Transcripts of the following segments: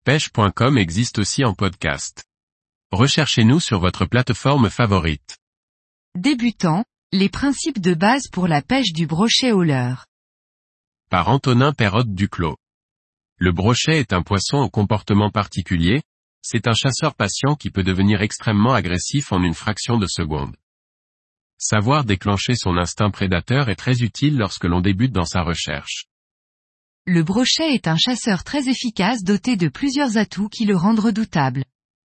pêche.com existe aussi en podcast. Recherchez-nous sur votre plateforme favorite. Débutant, les principes de base pour la pêche du brochet au leurre. Par Antonin Perrotte Duclos. Le brochet est un poisson au comportement particulier, c'est un chasseur patient qui peut devenir extrêmement agressif en une fraction de seconde. Savoir déclencher son instinct prédateur est très utile lorsque l'on débute dans sa recherche. Le brochet est un chasseur très efficace doté de plusieurs atouts qui le rendent redoutable.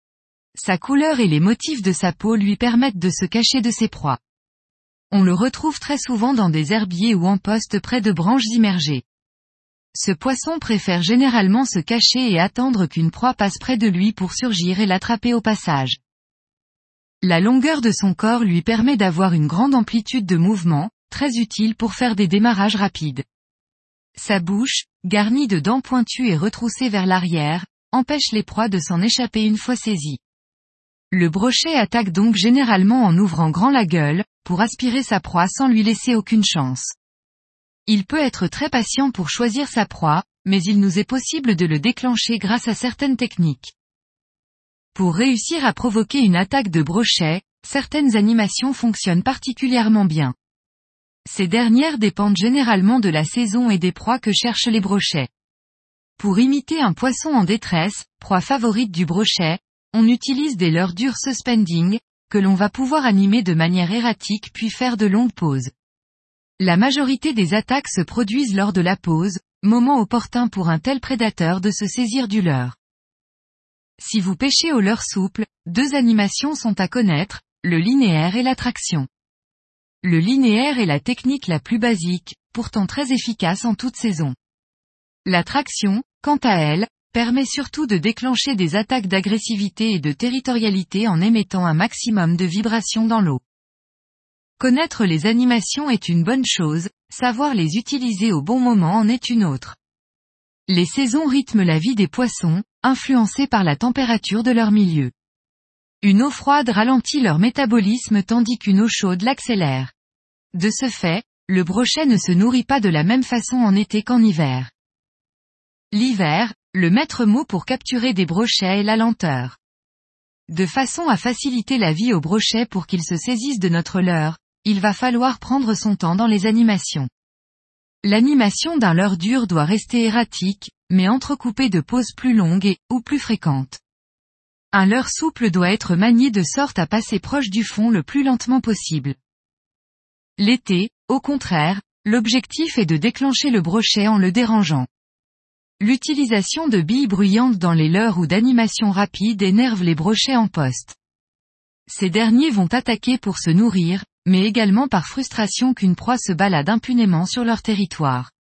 Sa couleur et les motifs de sa peau lui permettent de se cacher de ses proies. On le retrouve très souvent dans des herbiers ou en poste près de branches immergées. Ce poisson préfère généralement se cacher et attendre qu'une proie passe près de lui pour surgir et l'attraper au passage. La longueur de son corps lui permet d'avoir une grande amplitude de mouvement, très utile pour faire des démarrages rapides. Sa bouche, garnie de dents pointues et retroussées vers l'arrière, empêche les proies de s'en échapper une fois saisies. Le brochet attaque donc généralement en ouvrant grand la gueule, pour aspirer sa proie sans lui laisser aucune chance. Il peut être très patient pour choisir sa proie, mais il nous est possible de le déclencher grâce à certaines techniques. Pour réussir à provoquer une attaque de brochet, certaines animations fonctionnent particulièrement bien. Ces dernières dépendent généralement de la saison et des proies que cherchent les brochets. Pour imiter un poisson en détresse, proie favorite du brochet, on utilise des leurres dures suspending, que l'on va pouvoir animer de manière erratique puis faire de longues pauses. La majorité des attaques se produisent lors de la pause, moment opportun pour un tel prédateur de se saisir du leurre. Si vous pêchez au leurre souple, deux animations sont à connaître, le linéaire et la traction. Le linéaire est la technique la plus basique, pourtant très efficace en toute saison. La traction, quant à elle, permet surtout de déclencher des attaques d'agressivité et de territorialité en émettant un maximum de vibrations dans l'eau. Connaître les animations est une bonne chose, savoir les utiliser au bon moment en est une autre. Les saisons rythment la vie des poissons, influencés par la température de leur milieu. Une eau froide ralentit leur métabolisme tandis qu'une eau chaude l'accélère. De ce fait, le brochet ne se nourrit pas de la même façon en été qu'en hiver. L'hiver, le maître mot pour capturer des brochets est la lenteur. De façon à faciliter la vie aux brochets pour qu'ils se saisissent de notre leurre, il va falloir prendre son temps dans les animations. L'animation d'un leurre dur doit rester erratique, mais entrecoupée de pauses plus longues ou plus fréquentes. Un leurre souple doit être manié de sorte à passer proche du fond le plus lentement possible. L'été, au contraire, l'objectif est de déclencher le brochet en le dérangeant. L'utilisation de billes bruyantes dans les leurres ou d'animations rapides énerve les brochets en poste. Ces derniers vont attaquer pour se nourrir, mais également par frustration qu'une proie se balade impunément sur leur territoire.